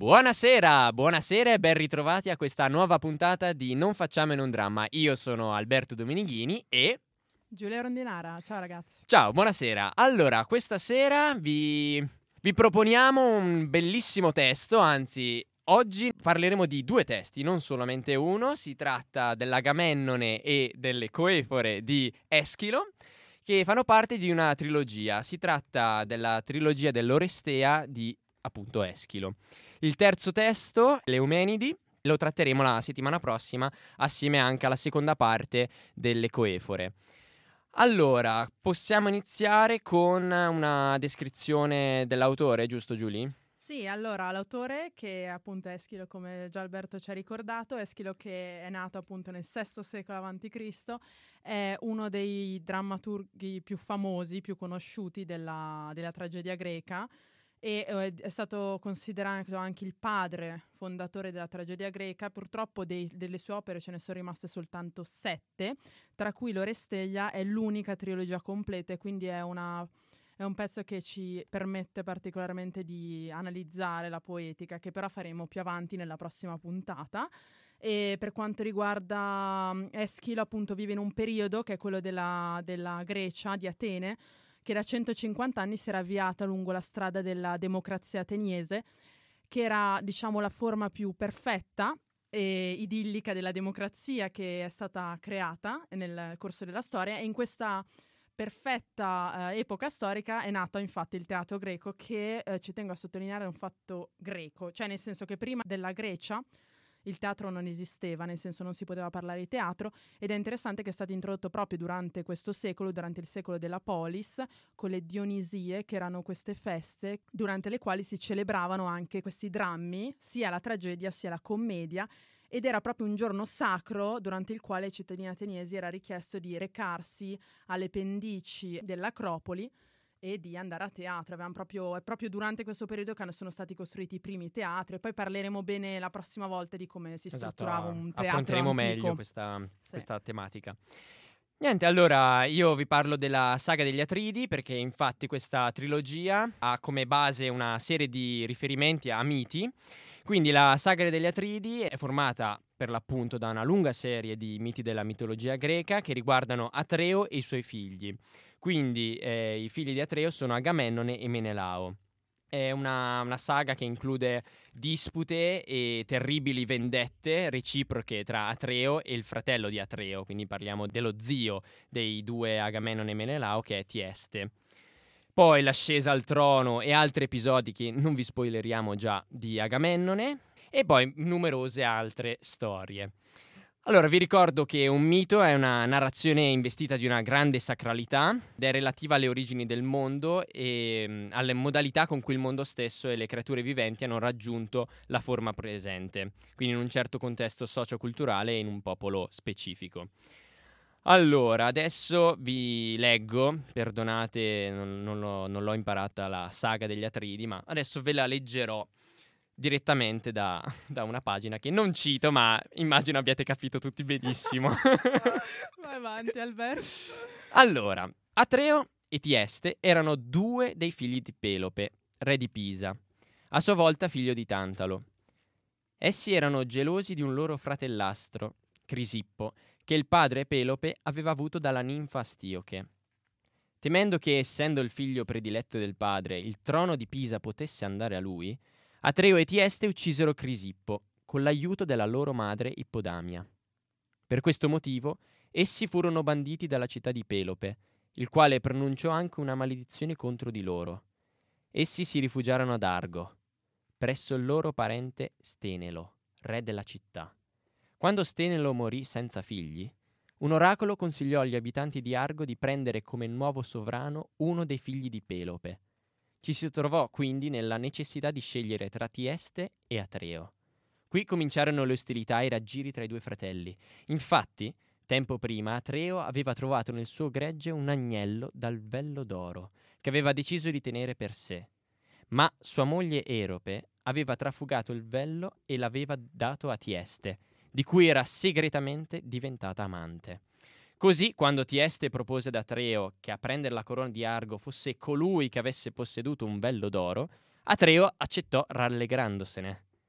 Buonasera, buonasera e ben ritrovati a questa nuova puntata di Non facciamone un dramma. Io sono Alberto Dominighini e... Giulia Rondinara, ciao ragazzi. Ciao, buonasera. Allora, questa sera vi proponiamo un bellissimo testo, anzi, oggi parleremo di due testi, non solamente uno. Si tratta dell'Agamennone e delle Coefore di Eschilo, che fanno parte di una trilogia. Si tratta della trilogia dell'Orestea di, appunto, Eschilo. Il terzo testo, le Eumenidi, lo tratteremo la settimana prossima assieme anche alla seconda parte delle Coefore. Allora, possiamo iniziare con una descrizione dell'autore, giusto Giulia? Sì, allora l'autore, che è appunto Eschilo, come già Alberto ci ha ricordato, Eschilo che è nato appunto nel VI secolo a.C., è uno dei drammaturghi più famosi, più conosciuti della tragedia greca, e è stato considerato anche il padre fondatore della tragedia greca. Purtroppo delle sue opere ce ne sono rimaste soltanto 7, tra cui l'Oresteglia è l'unica trilogia completa, e quindi è un pezzo che ci permette particolarmente di analizzare la poetica, che però faremo più avanti nella prossima puntata. E per quanto riguarda Eschilo, appunto, vive in un periodo che è quello della Grecia, di Atene, che da 150 anni si era avviata lungo la strada della democrazia ateniese, che era, diciamo, la forma più perfetta e idillica della democrazia che è stata creata nel corso della storia. E in questa perfetta epoca storica è nato infatti il teatro greco, che ci tengo a sottolineare è un fatto greco, cioè nel senso che prima della Grecia il teatro non esisteva, nel senso non si poteva parlare di teatro, ed è interessante che è stato introdotto proprio durante questo secolo, durante il secolo della polis, con le Dionisie, che erano queste feste durante le quali si celebravano anche questi drammi, sia la tragedia sia la commedia, ed era proprio un giorno sacro durante il quale ai cittadini ateniesi era richiesto di recarsi alle pendici dell'Acropoli e di andare a teatro. È proprio durante questo periodo che sono stati costruiti i primi teatri, e poi parleremo bene la prossima volta di come si strutturava un teatro affronteremo antico. meglio questa tematica. Niente, allora io vi parlo della saga degli Atridi, perché infatti questa trilogia ha come base una serie di riferimenti a miti. Quindi la saga degli Atridi è formata per l'appunto da una lunga serie di miti della mitologia greca che riguardano Atreo e i suoi figli. Quindi i figli di Atreo sono Agamennone e Menelao. È una saga che include dispute e terribili vendette reciproche tra Atreo e il fratello di Atreo, quindi parliamo dello zio dei due Agamennone e Menelao, che è Tieste. Poi l'ascesa al trono e altri episodi che non vi spoileriamo già di Agamennone, e poi numerose altre storie. Allora, vi ricordo che un mito è una narrazione investita di una grande sacralità ed è relativa alle origini del mondo e alle modalità con cui il mondo stesso e le creature viventi hanno raggiunto la forma presente, quindi in un certo contesto socioculturale e in un popolo specifico. Allora, adesso vi leggo, perdonate, non l'ho imparata la saga degli Atridi, ma adesso ve la leggerò direttamente da una pagina che non cito, ma immagino abbiate capito tutti benissimo. Vai avanti, Alberto. Allora, Atreo e Tieste erano due dei figli di Pelope, re di Pisa, a sua volta figlio di Tantalo. Essi erano gelosi di un loro fratellastro, Crisippo, che il padre Pelope aveva avuto dalla ninfa Astioche. Temendo che, essendo il figlio prediletto del padre, il trono di Pisa potesse andare a lui, Atreo e Tieste uccisero Crisippo con l'aiuto della loro madre Ippodamia. Per questo motivo essi furono banditi dalla città di Pelope, il quale pronunciò anche una maledizione contro di loro. Essi si rifugiarono ad Argo, presso il loro parente Stenelo, re della città. Quando Stenelo morì senza figli, un oracolo consigliò agli abitanti di Argo di prendere come nuovo sovrano uno dei figli di Pelope. Ci si trovò quindi nella necessità di scegliere tra Tieste e Atreo. Qui cominciarono le ostilità e i raggiri tra i due fratelli. Infatti, tempo prima, Atreo aveva trovato nel suo gregge un agnello dal vello d'oro, che aveva deciso di tenere per sé. Ma sua moglie Erope aveva trafugato il vello e l'aveva dato a Tieste, di cui era segretamente diventata amante. Così, quando Tieste propose ad Atreo che a prendere la corona di Argo fosse colui che avesse posseduto un vello d'oro, Atreo accettò rallegrandosene.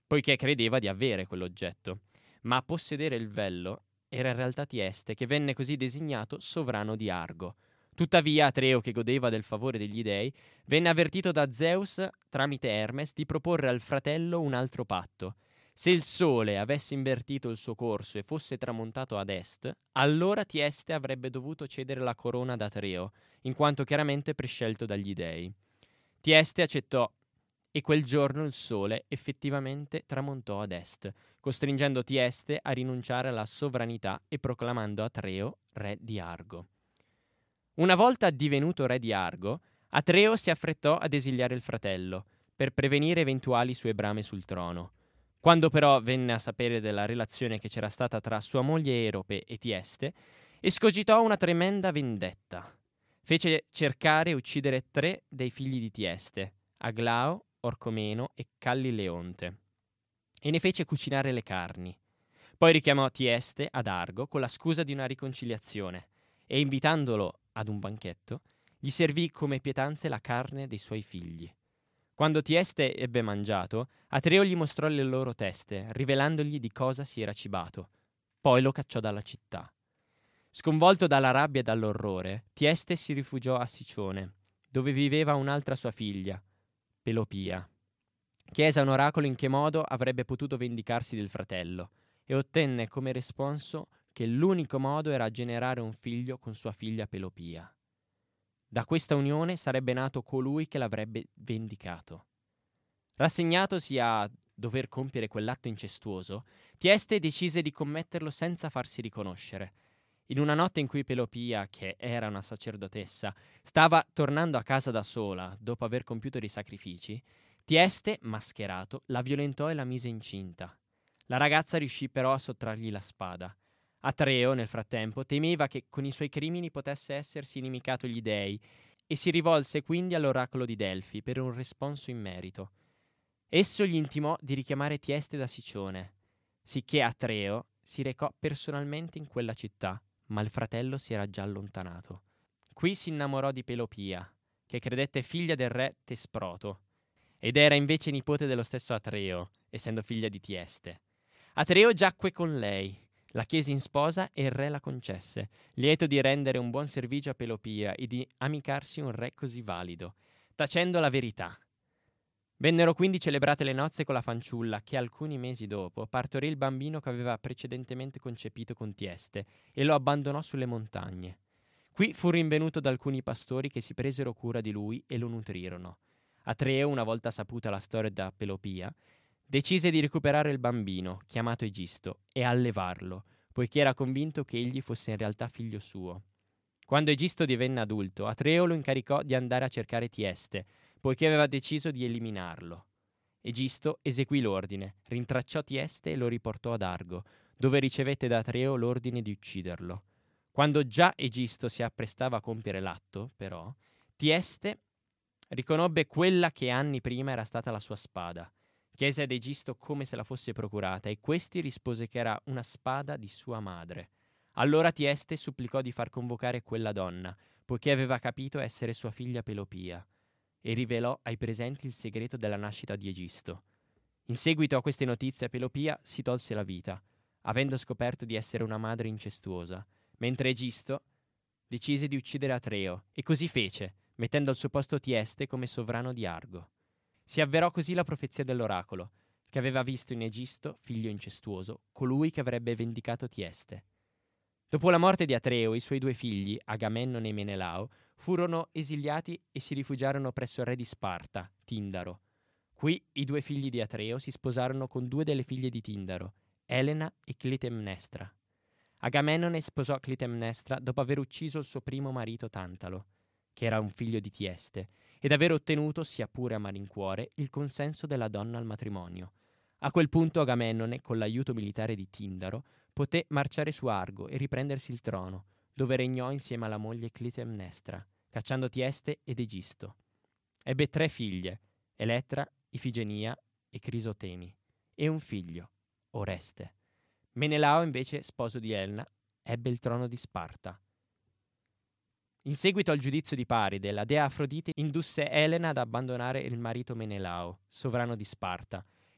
poiché credeva di avere quell'oggetto, ma a possedere il vello era in realtà Tieste, che venne così designato sovrano di Argo. Tuttavia Atreo, che godeva del favore degli dei, venne avvertito da Zeus tramite Hermes di proporre al fratello un altro patto. Se il sole avesse invertito il suo corso e fosse tramontato ad est, allora Tieste avrebbe dovuto cedere la corona ad Atreo, in quanto chiaramente prescelto dagli dei. Tieste accettò e quel giorno il sole effettivamente tramontò ad est, costringendo Tieste a rinunciare alla sovranità e proclamando Atreo re di Argo. Una volta divenuto re di Argo, Atreo si affrettò ad esiliare il fratello, per prevenire eventuali sue brame sul trono. Quando però venne a sapere della relazione che c'era stata tra sua moglie Erope e Tieste, escogitò una tremenda vendetta. Fece cercare e uccidere 3 dei figli di Tieste, Aglao, Orcomeno e Callileonte, e ne fece cucinare le carni. Poi richiamò Tieste ad Argo con la scusa di una riconciliazione e, invitandolo ad un banchetto, gli servì come pietanze la carne dei suoi figli. Quando Tieste ebbe mangiato, Atreo gli mostrò le loro teste, rivelandogli di cosa si era cibato. Poi lo cacciò dalla città. Sconvolto dalla rabbia e dall'orrore, Tieste si rifugiò a Sicione, dove viveva un'altra sua figlia, Pelopia. Chiese a un oracolo in che modo avrebbe potuto vendicarsi del fratello e ottenne come responso che l'unico modo era generare un figlio con sua figlia Pelopia. Da questa unione sarebbe nato colui che l'avrebbe vendicato. Rassegnato a dover compiere quell'atto incestuoso, Tieste decise di commetterlo senza farsi riconoscere. In una notte in cui Pelopia, che era una sacerdotessa, stava tornando a casa da sola dopo aver compiuto dei sacrifici, Tieste, mascherato, la violentò e la mise incinta. La ragazza riuscì però a sottrargli la spada. Atreo, nel frattempo, temeva che con i suoi crimini potesse essersi inimicato gli dei e si rivolse quindi all'oracolo di Delfi per un responso in merito. Esso gli intimò di richiamare Tieste da Sicione, sicché Atreo si recò personalmente in quella città, ma il fratello si era già allontanato. Qui si innamorò di Pelopia, che credette figlia del re Tesproto, ed era invece nipote dello stesso Atreo, essendo figlia di Tieste. Atreo giacque con lei, la chiese in sposa e il re la concesse, lieto di rendere un buon servigio a Pelopia e di amicarsi un re così valido, tacendo la verità. Vennero quindi celebrate le nozze con la fanciulla che alcuni mesi dopo partorì il bambino che aveva precedentemente concepito con Tieste e lo abbandonò sulle montagne. Qui fu rinvenuto da alcuni pastori che si presero cura di lui e lo nutrirono. Atreo, una volta saputa la storia da Pelopia, decise di recuperare il bambino, chiamato Egisto, e allevarlo, poiché era convinto che egli fosse in realtà figlio suo. Quando Egisto divenne adulto, Atreo lo incaricò di andare a cercare Tieste, poiché aveva deciso di eliminarlo. Egisto eseguì l'ordine, rintracciò Tieste e lo riportò ad Argo, dove ricevette da Atreo l'ordine di ucciderlo. Quando già Egisto si apprestava a compiere l'atto, però, Tieste riconobbe quella che anni prima era stata la sua spada. Chiese ad Egisto come se la fosse procurata e questi rispose che era una spada di sua madre. Allora Tieste supplicò di far convocare quella donna, poiché aveva capito essere sua figlia Pelopia, e rivelò ai presenti il segreto della nascita di Egisto. In seguito a queste notizie Pelopia si tolse la vita, avendo scoperto di essere una madre incestuosa, mentre Egisto decise di uccidere Atreo, e così fece, mettendo al suo posto Tieste come sovrano di Argo. Si avverò così la profezia dell'oracolo, che aveva visto in Egisto, figlio incestuoso, colui che avrebbe vendicato Tieste. Dopo la morte di Atreo, i suoi 2 figli, Agamennone e Menelao, furono esiliati e si rifugiarono presso il re di Sparta, Tindaro. Qui i 2 figli di Atreo si sposarono con 2 delle figlie di Tindaro, Elena e Clitemnestra. Agamennone sposò Clitemnestra dopo aver ucciso il suo primo marito Tantalo, che era un figlio di Tieste, ed aver ottenuto, sia pure a malincuore, il consenso della donna al matrimonio. A quel punto Agamennone, con l'aiuto militare di Tindaro, poté marciare su Argo e riprendersi il trono, dove regnò insieme alla moglie Clitemnestra, cacciando Tieste ed Egisto. Ebbe 3 figlie, Elettra, Ifigenia e Crisotemi, e un figlio, Oreste. Menelao, invece, sposo di Elena, ebbe il trono di Sparta. In seguito al giudizio di Paride, la dea Afrodite indusse Elena ad abbandonare il marito Menelao, sovrano di Sparta,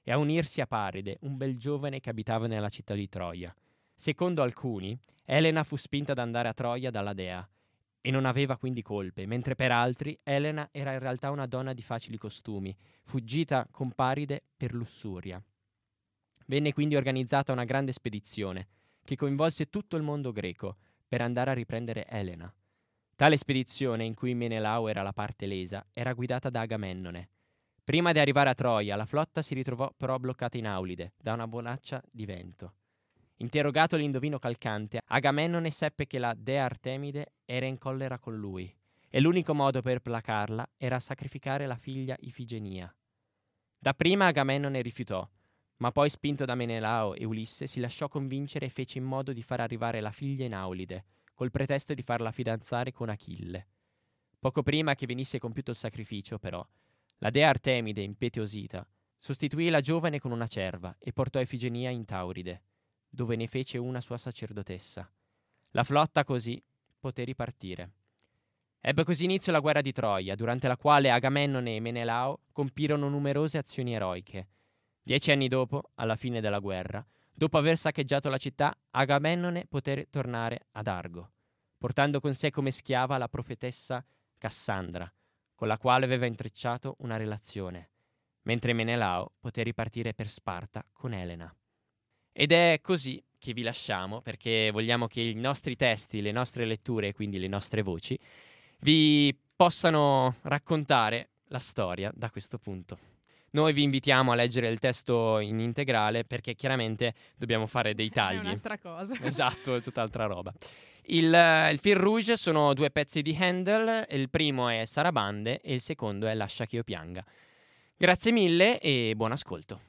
e a unirsi a Paride, un bel giovane che abitava nella città di Troia. Secondo alcuni, Elena fu spinta ad andare a Troia dalla dea e non aveva quindi colpe, mentre per altri Elena era in realtà una donna di facili costumi, fuggita con Paride per lussuria. Venne quindi organizzata una grande spedizione che coinvolse tutto il mondo greco per andare a riprendere Elena. Tale spedizione, in cui Menelao era la parte lesa, era guidata da Agamennone. Prima di arrivare a Troia, la flotta si ritrovò però bloccata in Aulide da una bonaccia di vento. Interrogato l'indovino calcante, Agamennone seppe che la dea Artemide era in collera con lui e l'unico modo per placarla era sacrificare la figlia Ifigenia. Dapprima Agamennone rifiutò, ma poi, spinto da Menelao e Ulisse, si lasciò convincere e fece in modo di far arrivare la figlia in Aulide, col pretesto di farla fidanzare con Achille. Poco prima che venisse compiuto il sacrificio, però, la dea Artemide, impetuosita, sostituì la giovane con una cerva e portò Ifigenia in Tauride, dove ne fece una sua sacerdotessa. La flotta così poté ripartire. Ebbe così inizio la guerra di Troia, durante la quale Agamennone e Menelao compirono numerose azioni eroiche. 10 anni dopo, alla fine della guerra, dopo aver saccheggiato la città, Agamennone poté tornare ad Argo, portando con sé come schiava la profetessa Cassandra, con la quale aveva intrecciato una relazione, mentre Menelao poté ripartire per Sparta con Elena. Ed è così che vi lasciamo, perché vogliamo che i nostri testi, le nostre letture, quindi le nostre voci, vi possano raccontare la storia da questo punto. Noi vi invitiamo a leggere il testo in integrale, perché chiaramente dobbiamo fare dei tagli. È un'altra cosa. Esatto, è tutt'altra roba. Il fil rouge sono 2 pezzi di Handel, il primo è Sarabande e il secondo è Lascia che io pianga. Grazie mille e buon ascolto.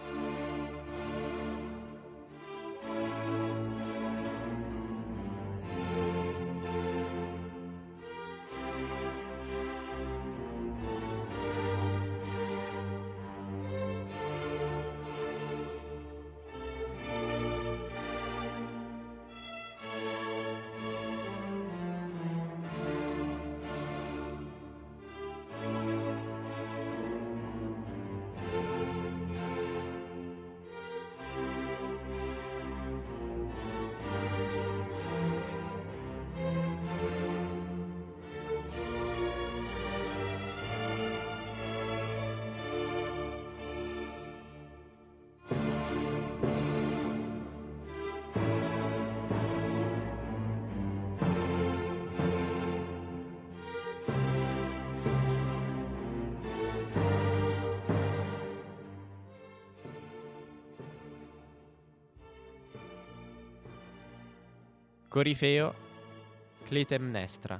Corifeo Clitemnestra.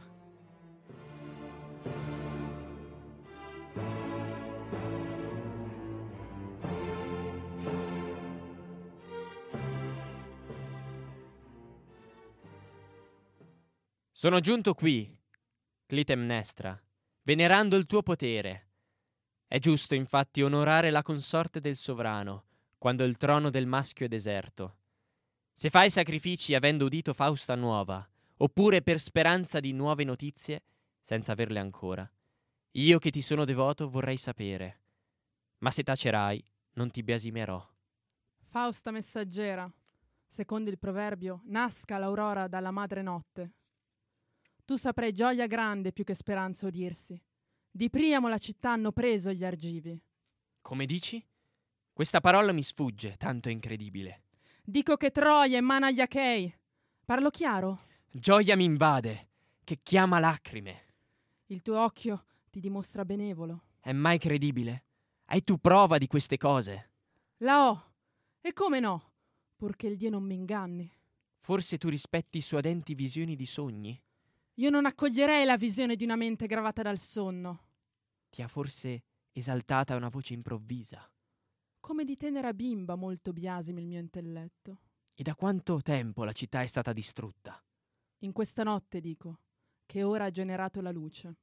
Sono giunto qui, Clitemnestra, venerando il tuo potere. È giusto infatti onorare la consorte del sovrano, quando il trono del maschio è deserto. Se fai sacrifici avendo udito Fausta nuova, oppure per speranza di nuove notizie, senza averle ancora, io che ti sono devoto vorrei sapere. Ma se tacerai, non ti biasimerò. Fausta messaggera, secondo il proverbio, nasca l'aurora dalla madre notte. Tu saprai gioia grande più che speranza udirsi. Di Priamo la città hanno preso gli argivi. Come dici? Questa parola mi sfugge, tanto è incredibile. Dico che Troia è in mano agli Achei. Parlo chiaro? Gioia mi invade, che chiama lacrime. Il tuo occhio ti dimostra benevolo. È mai credibile? Hai tu prova di queste cose? La ho. E come no? Purché il Dio non mi inganni. Forse tu rispetti suadenti visioni di sogni? Io non accoglierei la visione di una mente gravata dal sonno. Ti ha forse esaltata una voce improvvisa? Come di tenera bimba molto biasimi il mio intelletto. E da quanto tempo la città è stata distrutta? In questa notte, dico, che ora ha generato la luce.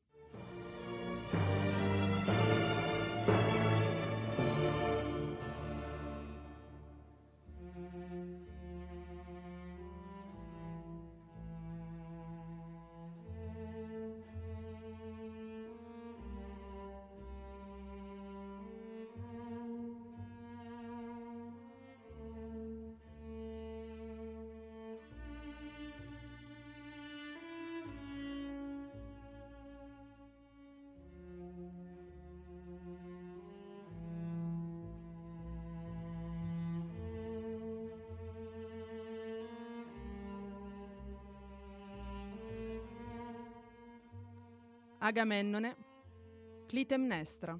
Agamennone, Clitemnestra.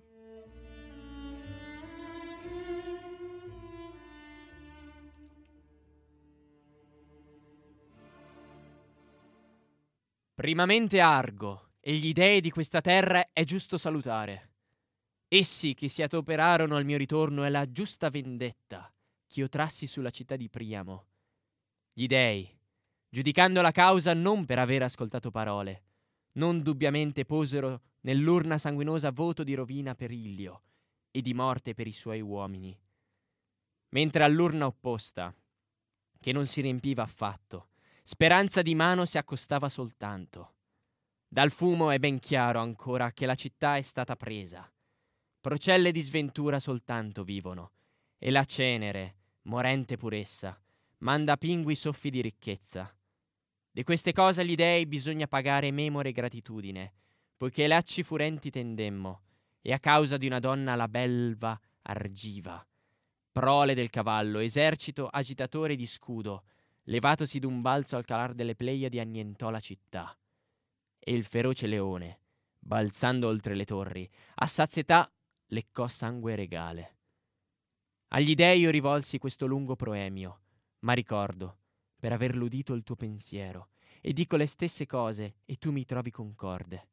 Primamente Argo e gli dei di questa terra è giusto salutare. Essi che si adoperarono al mio ritorno è la giusta vendetta ch'io trassi sulla città di Priamo. Gli dei, giudicando la causa non per aver ascoltato parole, non dubbiamente posero nell'urna sanguinosa voto di rovina per Illio e di morte per i suoi uomini. Mentre all'urna opposta, che non si riempiva affatto, speranza di mano si accostava soltanto. Dal fumo è ben chiaro ancora che la città è stata presa. Procelle di sventura soltanto vivono, e la cenere, morente puressa, manda pingui soffi di ricchezza. Di queste cose agli dei bisogna pagare memore e gratitudine, poiché lacci furenti tendemmo, e a causa di una donna la belva argiva. Prole del cavallo, esercito agitatore di scudo, levatosi d'un balzo al calar delle Pleiadi annientò la città. E il feroce leone, balzando oltre le torri, a sazietà leccò sangue regale. Agli dei io rivolsi questo lungo proemio, ma ricordo, per averlo udito il tuo pensiero, e dico le stesse cose, e tu mi trovi concorde.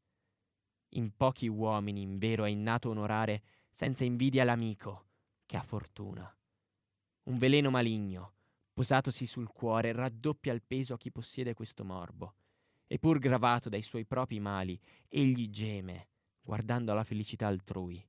In pochi uomini, invero, è innato onorare, senza invidia l'amico, che ha fortuna. Un veleno maligno, posatosi sul cuore, raddoppia il peso a chi possiede questo morbo, e pur gravato dai suoi propri mali, egli geme, guardando alla felicità altrui.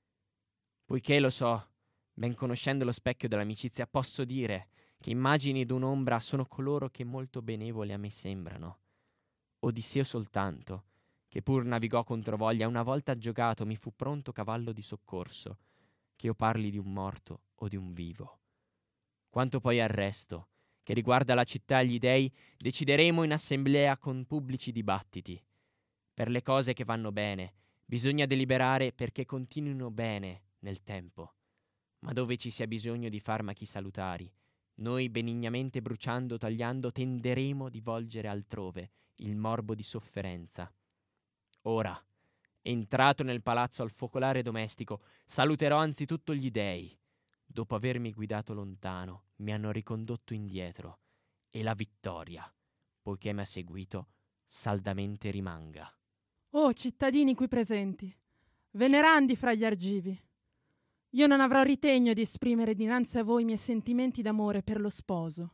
Poiché lo so, ben conoscendo lo specchio dell'amicizia, posso dire che immagini d'un'ombra sono coloro che molto benevoli a me sembrano. Odisseo soltanto, che pur navigò controvoglia, una volta giogato mi fu pronto cavallo di soccorso, che io parli di un morto o di un vivo. Quanto poi al resto, che riguarda la città e gli dei, decideremo in assemblea con pubblici dibattiti. Per le cose che vanno bene, bisogna deliberare perché continuino bene nel tempo. Ma dove ci sia bisogno di farmachi salutari, noi benignamente bruciando, tagliando, tenderemo di volgere altrove il morbo di sofferenza. Ora, entrato nel palazzo al focolare domestico, saluterò anzitutto gli dei. Dopo avermi guidato lontano, mi hanno ricondotto indietro, e la vittoria, poiché mi ha seguito, saldamente rimanga. Oh cittadini qui presenti, venerandi fra gli argivi, io non avrò ritegno di esprimere dinanzi a voi i miei sentimenti d'amore per lo sposo.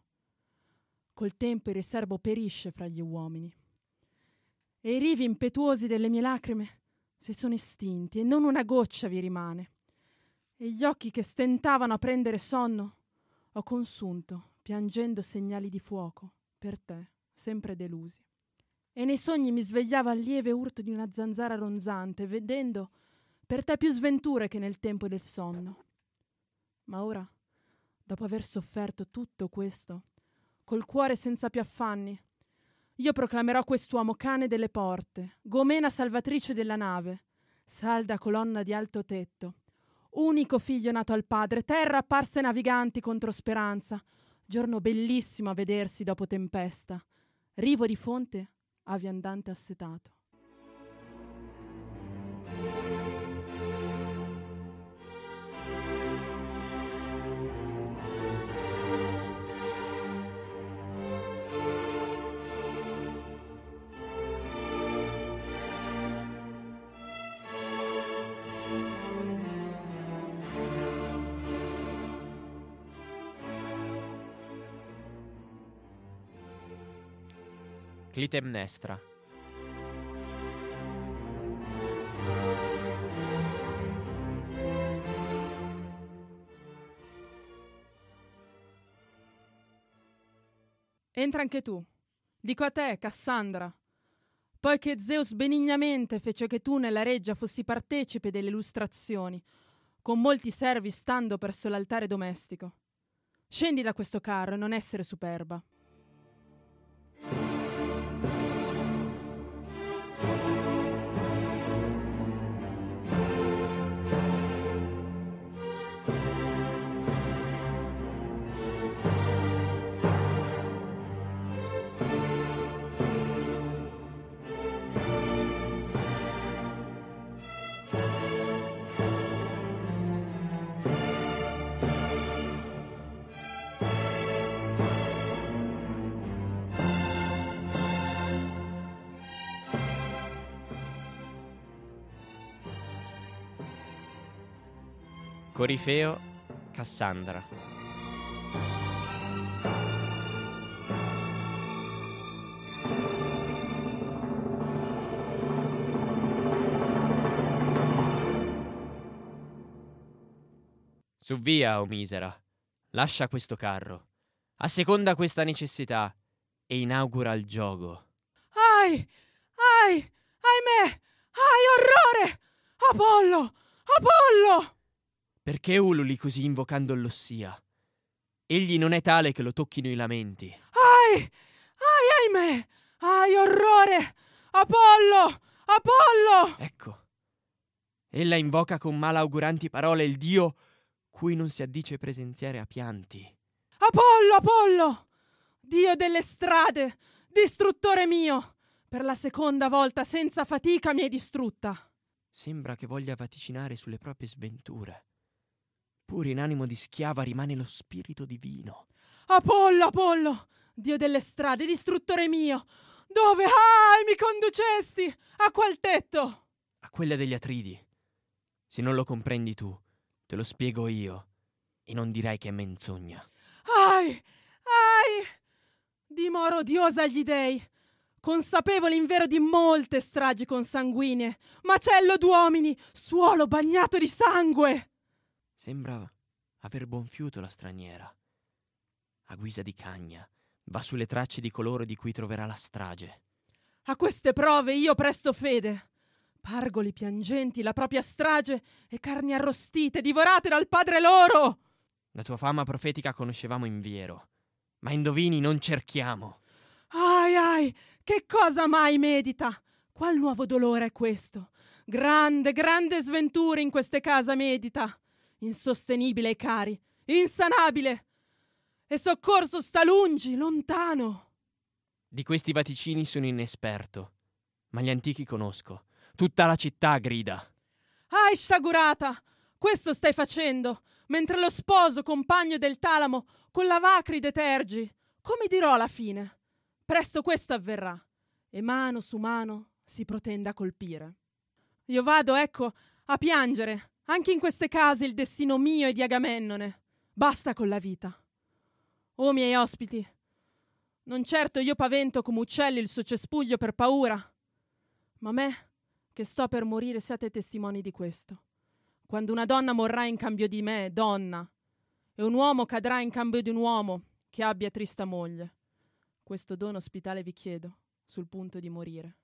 Col tempo il riservo perisce fra gli uomini, e i rivi impetuosi delle mie lacrime si sono estinti, e non una goccia vi rimane. E gli occhi che stentavano a prendere sonno ho consunto, piangendo segnali di fuoco, per te, sempre delusi. E nei sogni mi svegliava il lieve urto di una zanzara ronzante, vedendo per te più sventure che nel tempo del sonno. Ma ora, dopo aver sofferto tutto questo, col cuore senza più affanni, io proclamerò quest'uomo cane delle porte, gomena salvatrice della nave, salda colonna di alto tetto, unico figlio nato al padre, terra apparse naviganti contro speranza, giorno bellissimo a vedersi dopo tempesta, rivo di fonte a viandante assetato. Clitemnestra. Entra anche tu. Dico a te, Cassandra, poiché Zeus benignamente fece che tu nella reggia fossi partecipe delle lustrazioni, con molti servi stando presso l'altare domestico. Scendi da questo carro e non essere superba. Corifeo, Cassandra. Su via, o misera, lascia questo carro, asseconda questa necessità e inaugura il giogo. Ai, ahimè, orrore! Apollo! Perché ululi così invocando l'ossia? Egli non è tale che lo tocchino i lamenti. Ahimè! Orrore! Apollo! Ecco, ella invoca con malauguranti parole il Dio cui non si addice presenziare a pianti. Apollo! Dio delle strade, distruttore mio! Per la seconda volta senza fatica mi hai distrutta. Sembra che voglia vaticinare sulle proprie sventure. Pur in animo di schiava rimane lo spirito divino. Apollo! Dio delle strade, distruttore mio! Dove, mi conducesti? A qual tetto? A quella degli Atridi. Se non lo comprendi tu, te lo spiego io, e non dirai che è menzogna. Dimora odiosa agli dei, consapevole invero di molte stragi consanguinee, macello d'uomini, suolo bagnato di sangue. Sembra aver buon fiuto la straniera. A guisa di cagna, va sulle tracce di coloro di cui troverà la strage. A queste prove io presto fede. Pargoli piangenti, la propria strage e carni arrostite, divorate dal padre loro. La tua fama profetica conoscevamo inviero, ma indovini non cerchiamo. Che cosa mai medita? Qual nuovo dolore è questo? Grande sventura in queste case medita. Insostenibile ai cari, insanabile. E soccorso sta lungi, lontano. Di questi vaticini sono inesperto, ma gli antichi conosco. Tutta la città grida. Sciagurata! Questo stai facendo, mentre lo sposo, compagno del Talamo, con la Vacride tergi. Come dirò alla fine? Presto questo avverrà, e mano su mano si protende a colpire. Io vado, ecco, a piangere, anche in queste case, il destino mio e di Agamennone. Basta con la vita. O miei ospiti, non certo io pavento come uccelli il suo cespuglio per paura, ma me, che sto per morire, siate testimoni di questo. Quando una donna morrà in cambio di me, donna, e un uomo cadrà in cambio di un uomo che abbia trista moglie, questo dono ospitale vi chiedo, sul punto di morire.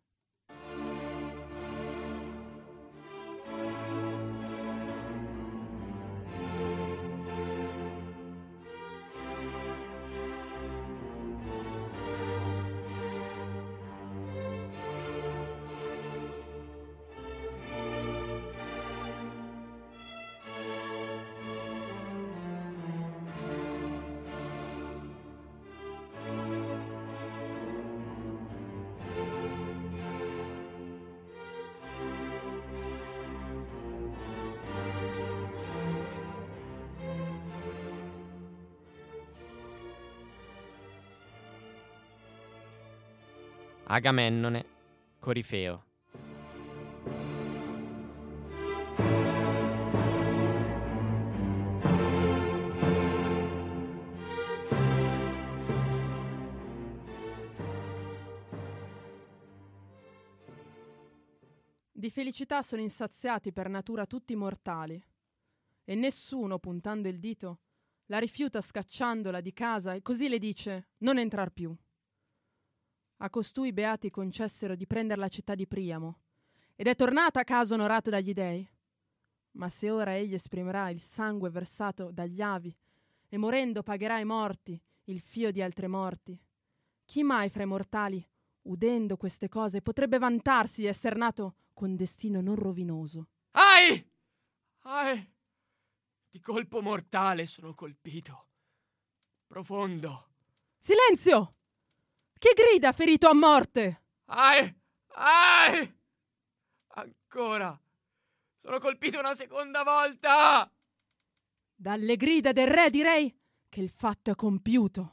Agamennone, Corifeo. Di felicità sono insaziati per natura tutti i mortali, e nessuno, puntando il dito, la rifiuta scacciandola di casa e così le dice: non entrar più. A costui beati concessero di prendere la città di Priamo, ed è tornata a casa onorato dagli dei. Ma se ora egli esprimerà il sangue versato dagli avi, e morendo pagherà ai morti il fio di altre morti, chi mai fra i mortali, udendo queste cose, potrebbe vantarsi di esser nato con destino non rovinoso? Ai! Di colpo mortale sono colpito. Profondo. Silenzio! Chi grida ferito a morte? Ai! Ancora! Sono colpito una seconda volta! Dalle grida del re direi che il fatto è compiuto.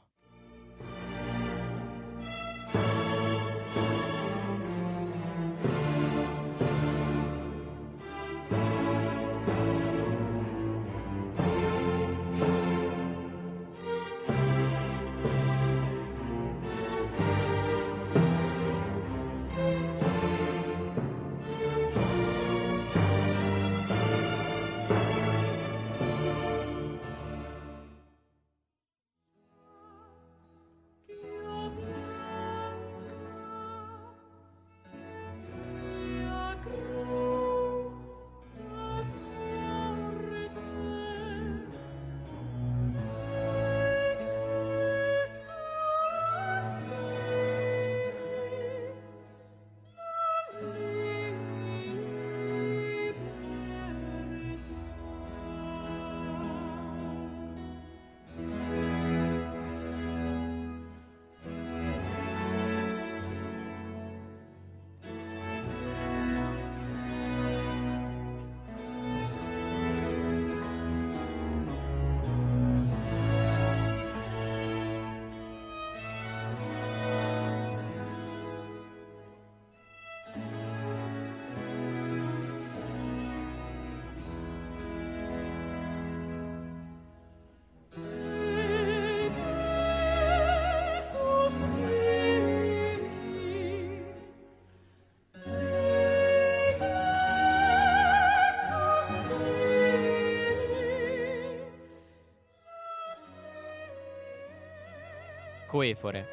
Coefore,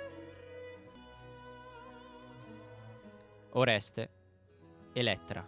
Oreste, Elettra.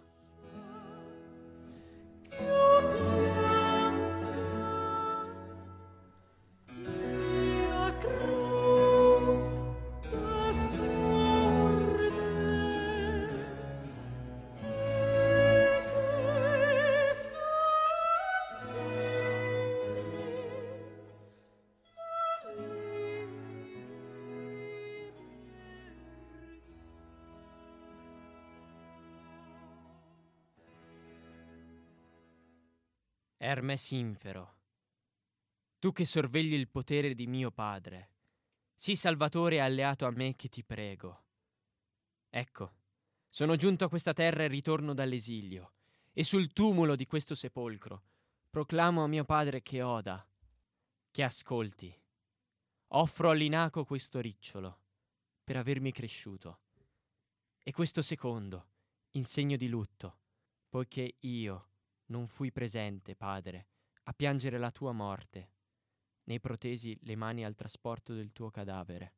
Hermes infero, tu che sorvegli il potere di mio padre, sii salvatore e alleato a me che ti prego. Ecco, sono giunto a questa terra e ritorno dall'esilio, e sul tumulo di questo sepolcro proclamo a mio padre che oda, che ascolti. Offro all'inaco questo ricciolo per avermi cresciuto, e questo secondo in segno di lutto, poiché io non fui presente, padre, a piangere la tua morte, né protesi le mani al trasporto del tuo cadavere.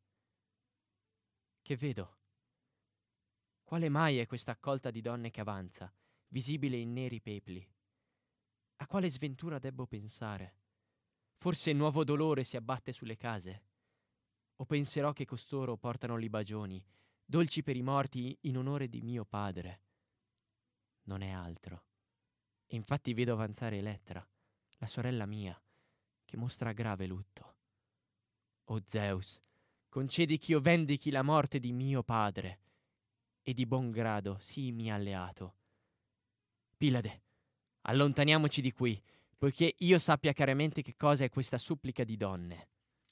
Che vedo? Quale mai è questa accolta di donne che avanza, visibile in neri pepli? A quale sventura debbo pensare? Forse nuovo dolore si abbatte sulle case? O penserò che costoro portano libagioni, dolci per i morti in onore di mio padre? Non è altro. E infatti vedo avanzare Elettra, la sorella mia, che mostra grave lutto. O Zeus, concedi ch'io vendichi la morte di mio padre, e di buon grado sii mio alleato. Pilade, allontaniamoci di qui, poiché io sappia chiaramente che cosa è questa supplica di donne.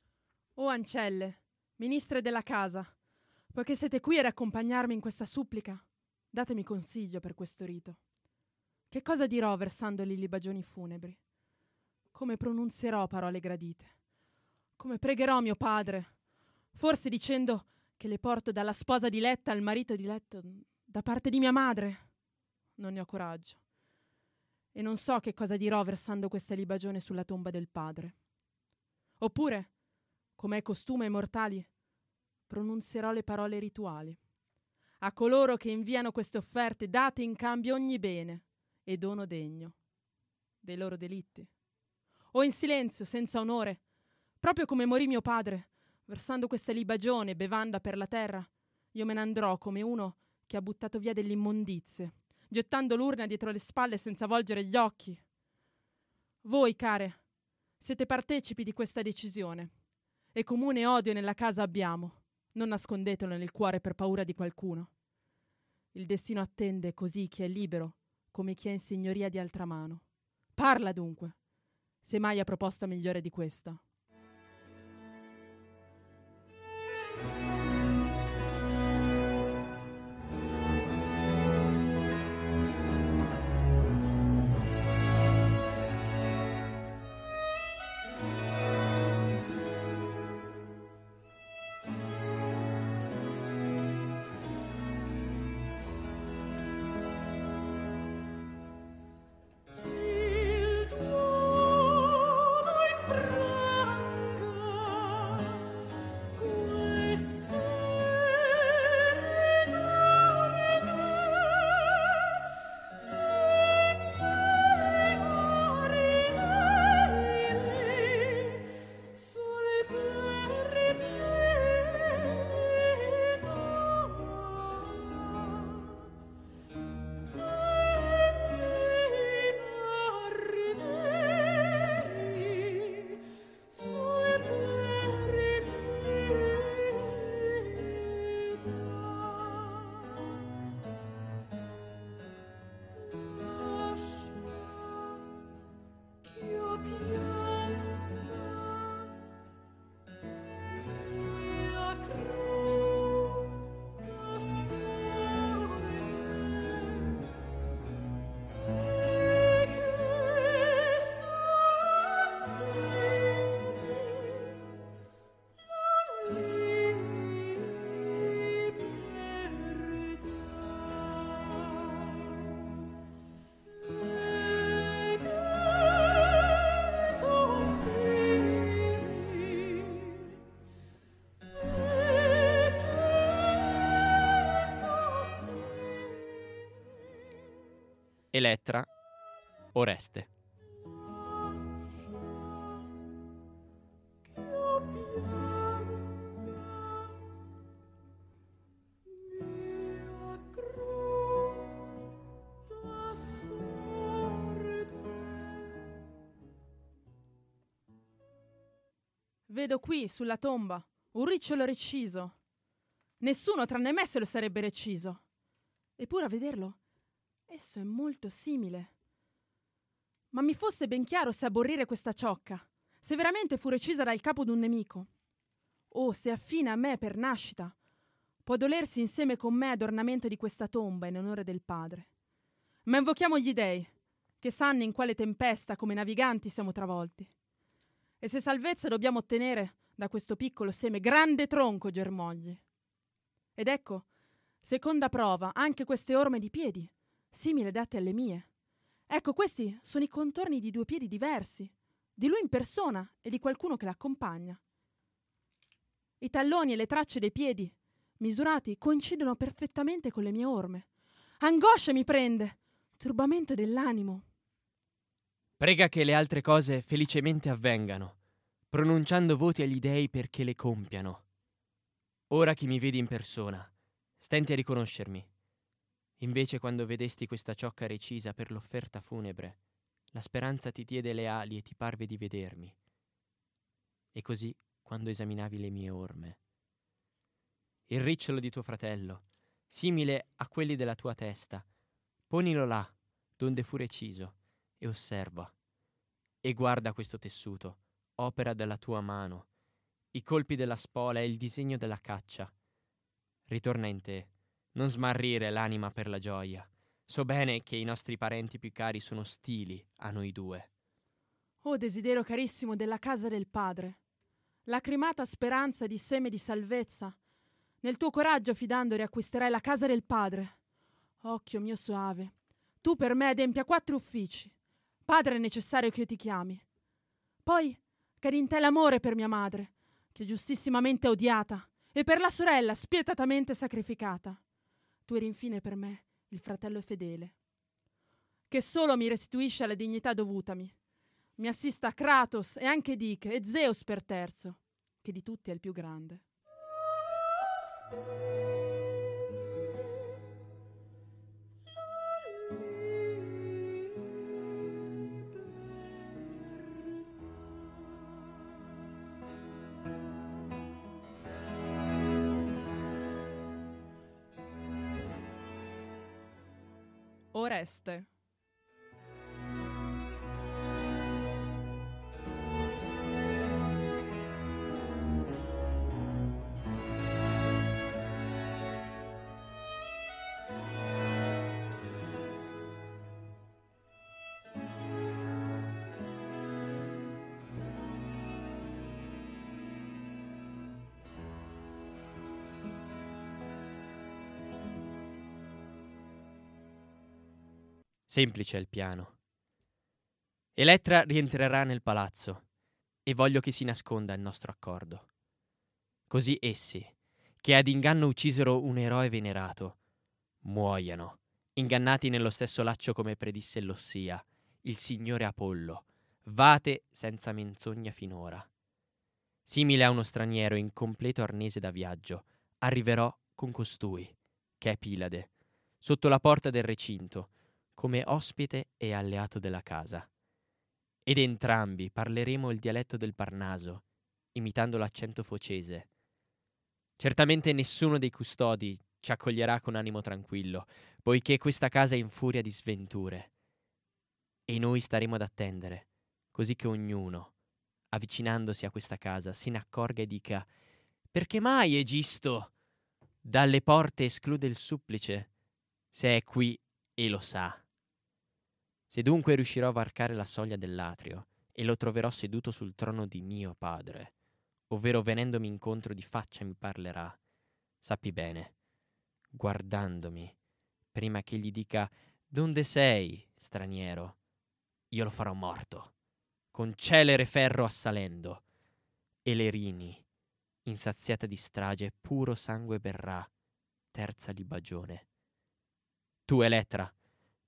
O ancelle, ministre della casa, poiché siete qui ad accompagnarmi in questa supplica, datemi consiglio per questo rito. Che cosa dirò versandoli i libagioni funebri? Come pronunzierò parole gradite? Come pregherò mio padre? Forse dicendo che le porto dalla sposa diletta al marito diletto da parte di mia madre? Non ne ho coraggio. E non so che cosa dirò versando questa libagione sulla tomba del padre. Oppure, come è costume ai mortali, pronunzierò le parole rituali. A coloro che inviano queste offerte date in cambio ogni bene e dono degno dei loro delitti. O in silenzio, senza onore, proprio come morì mio padre, versando questa libagione, bevanda per la terra, io me ne andrò come uno che ha buttato via delle immondizie, gettando l'urna dietro le spalle senza volgere gli occhi. Voi, care, siete partecipi di questa decisione, e comune odio nella casa abbiamo, non nascondetelo nel cuore per paura di qualcuno. Il destino attende così chi è libero, come chi è in signoria di altra mano. Parla dunque, se mai ha proposta migliore di questa. Il tuo in Elettra, Oreste. Vedo qui, sulla tomba, un ricciolo reciso. Nessuno tranne me se lo sarebbe reciso. Eppure a vederlo, esso è molto simile. Ma mi fosse ben chiaro se aborrire questa ciocca, se veramente fu recisa dal capo d'un nemico, o se affine a me per nascita, può dolersi insieme con me ad ornamento di questa tomba in onore del padre. Ma invochiamo gli dei, che sanno in quale tempesta come naviganti siamo travolti. E se salvezza dobbiamo ottenere da questo piccolo seme grande tronco germogli. Ed ecco, seconda prova, anche queste orme di piedi, simili date alle mie. Ecco, questi sono i contorni di 2 piedi diversi, di lui in persona e di qualcuno che l'accompagna. I talloni e le tracce dei piedi, misurati, coincidono perfettamente con le mie orme. Angoscia mi prende, turbamento dell'animo. Prega che le altre cose felicemente avvengano, pronunciando voti agli dei perché le compiano. Ora che mi vedi in persona, stenti a riconoscermi. Invece quando vedesti questa ciocca recisa per l'offerta funebre, la speranza ti diede le ali e ti parve di vedermi. E così quando esaminavi le mie orme. Il ricciolo di tuo fratello, simile a quelli della tua testa, ponilo là, donde fu reciso, e osserva. E guarda questo tessuto, opera della tua mano, i colpi della spola e il disegno della caccia. Ritorna in te, non smarrire l'anima per la gioia. So bene che i nostri parenti più cari sono ostili a noi due. Oh desiderio carissimo della casa del Padre, lacrimata speranza di seme di salvezza, nel tuo coraggio fidando riacquisterai la casa del Padre. Occhio mio soave, tu per me adempia 4 uffici. Padre è necessario che io ti chiami. Poi cadi in te l'amore per mia madre, che è giustissimamente odiata, e per la sorella spietatamente sacrificata. Tu eri infine per me il fratello fedele, che solo mi restituisce alla dignità dovutami. Mi assista Kratos e anche Diche e Zeus per terzo, che di tutti è il più grande. Oreste. Semplice è il piano. Elettra rientrerà nel palazzo e voglio che si nasconda il nostro accordo. Così essi, che ad inganno uccisero un eroe venerato, muoiano, ingannati nello stesso laccio come predisse l'Ossia, il signore Apollo, vate senza menzogna finora. Simile a uno straniero in completo arnese da viaggio, arriverò con costui, che è Pilade, sotto la porta del recinto, come ospite e alleato della casa. Ed entrambi parleremo il dialetto del Parnaso, imitando l'accento focese. Certamente nessuno dei custodi ci accoglierà con animo tranquillo, poiché questa casa è in furia di sventure. E noi staremo ad attendere, così che ognuno, avvicinandosi a questa casa, se ne accorga e dica: «Perché mai Egisto dalle porte esclude il supplice, se è qui e lo sa?» Se dunque riuscirò a varcare la soglia dell'atrio e lo troverò seduto sul trono di mio padre, ovvero venendomi incontro di faccia mi parlerà, sappi bene, guardandomi, prima che gli dica «Donde sei, straniero?» io lo farò morto, con celere ferro assalendo, e l'Erini, insaziata di strage, puro sangue berrà, terza libagione. Tu, Elettra,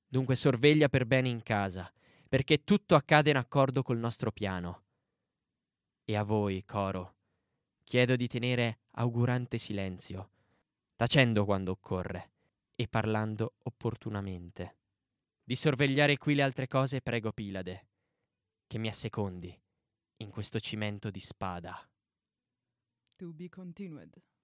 Dunque sorveglia per bene in casa, perché tutto accade in accordo col nostro piano. E a voi, coro, chiedo di tenere augurante silenzio, tacendo quando occorre e parlando opportunamente. Di sorvegliare qui le altre cose prego Pilade, che mi assecondi in questo cimento di spada. To be continued.